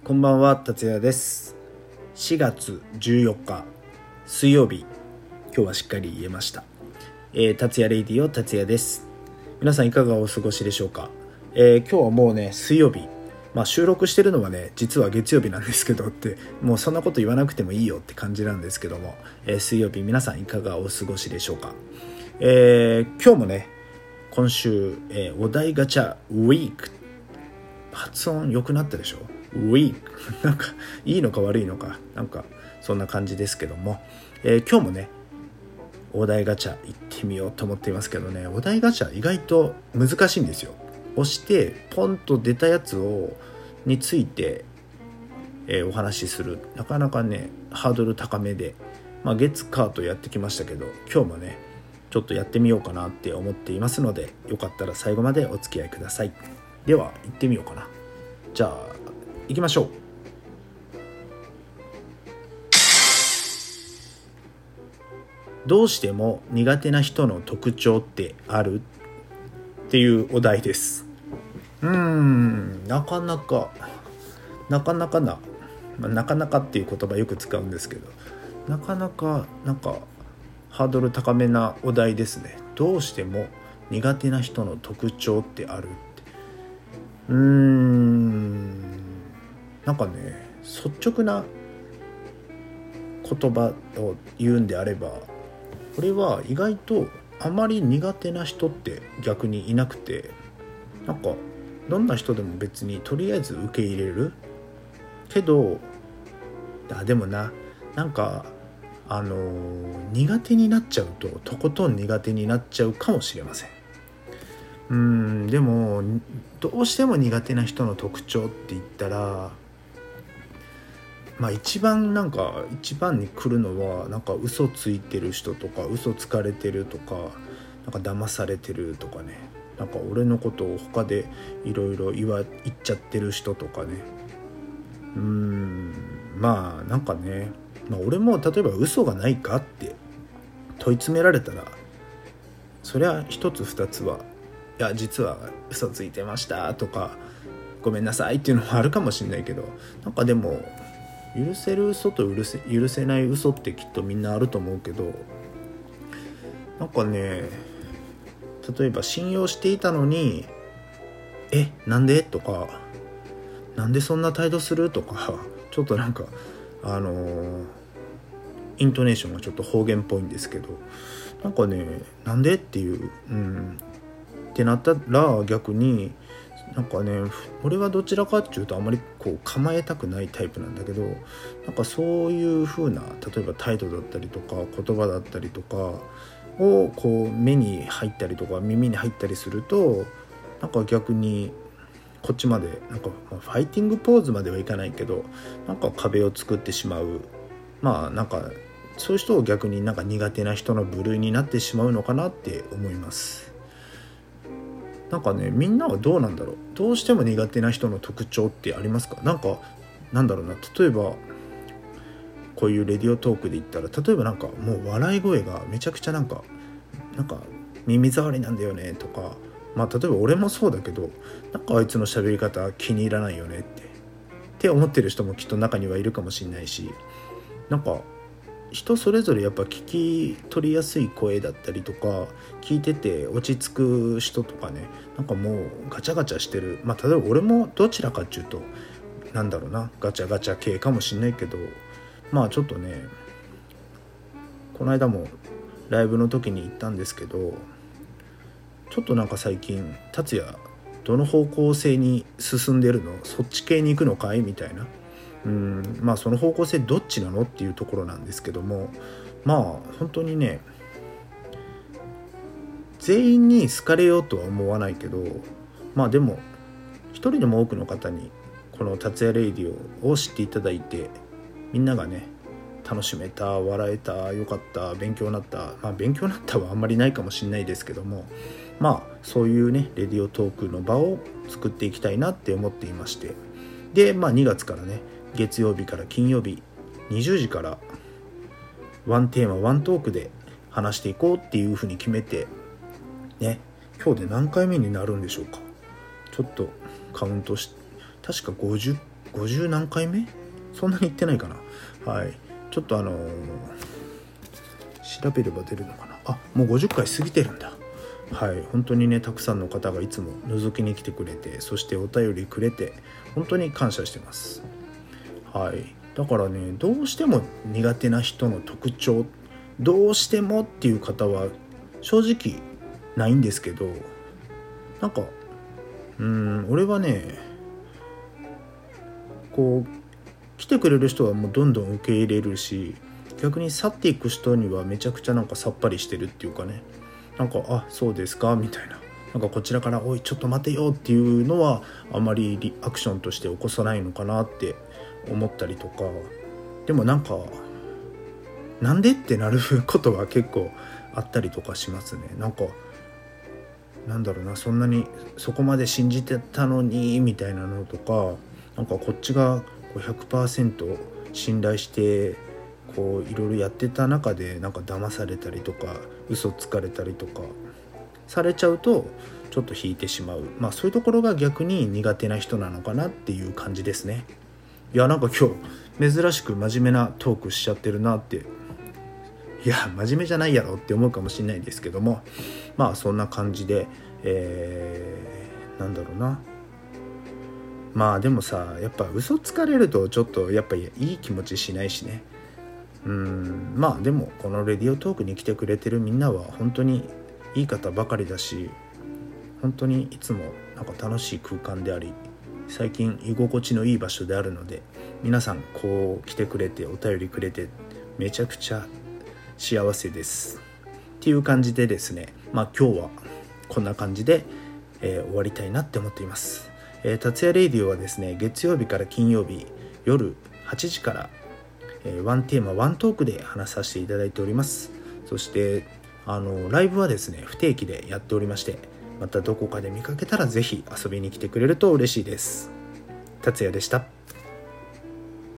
こんばんは、達也です。4月14日水曜日、今日はしっかり言えました。達也レイディオ達也です。皆さんいかがお過ごしでしょうか。今日はもうね、水曜日、収録してるのはね、実は月曜日なんですけどって、もうそんなこと言わなくてもいいよって感じなんですけども、水曜日皆さんいかがお過ごしでしょうか。今日もね、今週、お題ガチャウィーク、発音良くなったでしょ。ウィークなんかいいのか悪いのか、なんかそんな感じですけども、今日もねお題ガチャ行ってみようと思っていますけどね、お題ガチャ意外と難しいんですよ。押してポンと出たやつについて、お話しする、なかなかねハードル高めで、月火とやってきましたけど、今日もねちょっとやってみようかなって思っていますので、よかったら最後までお付き合いください。では行ってみようかな。じゃあ行きましょう。どうしても苦手な人の特徴ってあるっていうお題です。なかなかなっていう言葉よく使うんですけど、なかなかなんかハードル高めなお題ですね。どうしても苦手な人の特徴ってあるって、なんかね、率直な言葉を言うんであれば、これは意外とあまり苦手な人って逆にいなくて、なんかどんな人でも別にとりあえず受け入れるけど、でもなんか苦手になっちゃうととことん苦手になっちゃうかもしれません。でもどうしても苦手な人の特徴って言ったら、一番に来るのは、なんか嘘ついてる人とか、嘘つかれてるとか、なんか騙されてるとかね、なんか俺のことを他でいろいろ言っちゃってる人とかね。なんかね、俺も例えば嘘がないかって問い詰められたら、そりゃ一つ二つは、いや実は嘘ついてましたとか、ごめんなさいっていうのもあるかもしれないけど、なんかでも許せる嘘と許せない嘘ってきっとみんなあると思うけど、なんかね、例えば信用していたのになんでとか、なんでそんな態度するとか、ちょっとなんかイントネーションがちょっと方言っぽいんですけど、なんかね、なんでっていう、ってなったら、逆になんかね、俺はどちらかっていうとあまりこう構えたくないタイプなんだけど、なんかそういう風な、例えば態度だったりとか言葉だったりとかをこう目に入ったりとか耳に入ったりすると、なんか逆にこっちまでなんかファイティングポーズまではいかないけど、なんか壁を作ってしまう、なんかそういう人を逆になんか苦手な人の部類になってしまうのかなって思います。なんかね、みんなはどうなんだろう。どうしても苦手な人の特徴ってありますか？なんかなんだろうな、例えばこういうレディオトークで言ったら、例えばなんかもう笑い声がめちゃくちゃなんか耳障りなんだよねとか、例えば俺もそうだけど、なんかあいつの喋り方気に入らないよねって思ってる人もきっと中にはいるかもしれないし、なんか人それぞれやっぱ聞き取りやすい声だったりとか、聞いてて落ち着く人とかね、なんかもうガチャガチャしてる、例えば俺もどちらかっていうとなんだろうな、ガチャガチャ系かもしんないけど、ちょっとね、この間もライブの時に行ったんですけど、ちょっとなんか最近達也どの方向性に進んでるの、そっち系に行くのかいみたいな、その方向性どっちなのっていうところなんですけども、本当にね、全員に好かれようとは思わないけど、でも一人でも多くの方にこの達也レイディオを知っていただいて、みんながね楽しめた、笑えた、よかった、勉強になった、勉強になったはあんまりないかもしれないですけども、そういうねレディオトークの場を作っていきたいなって思っていまして、で2月からね、月曜日から金曜日20時からワンテーマワントークで話していこうっていうふうに決めてね、今日で何回目になるんでしょうか。ちょっとカウントし、確か50 50何回目そんなに行ってないかな。はい、ちょっと調べれば出るのかな。あ、もう50回過ぎてるんだ。はい、本当にねたくさんの方がいつも覗きに来てくれて、そしてお便りくれて本当に感謝してます。はい、だからねどうしても苦手な人の特徴、どうしてもっていう方は正直ないんですけど、なんか俺はねこう来てくれる人はもうどんどん受け入れるし、逆に去っていく人にはめちゃくちゃなんかさっぱりしてるっていうかね、なんかあそうですかみたいな、なんかこちらからおいちょっと待てよっていうのはあまりリアクションとして起こさないのかなって思ったりとか、でもなんかなんでってなることは結構あったりとかしますね。なんかなんだろうな、そんなにそこまで信じてたのにみたいなのとか、なんかこっちが100% 信頼してこういろいろやってた中でなんか騙されたりとか嘘つかれたりとかされちゃうとちょっと引いてしまう、そういうところが逆に苦手な人なのかなっていう感じですね。いやなんか今日珍しく真面目なトークしちゃってるなって、いや真面目じゃないやろって思うかもしれないですけども、そんな感じで、なんだろうな、でもさやっぱ嘘つかれるとちょっとやっぱりいい気持ちしないしね。でもこのレディオトークに来てくれてるみんなは本当にいい方ばかりだし、本当にいつもなんか楽しい空間であり、最近居心地のいい場所であるので、皆さんこう来てくれてお便りくれてめちゃくちゃ幸せですっていう感じでですね、今日はこんな感じで、終わりたいなって思っています。達也レイディオはですね月曜日から金曜日夜8時からワンテーマワントークで話させていただいております。そしてライブはですね不定期でやっておりまして、またどこかで見かけたらぜひ遊びに来てくれると嬉しいです。達也でした。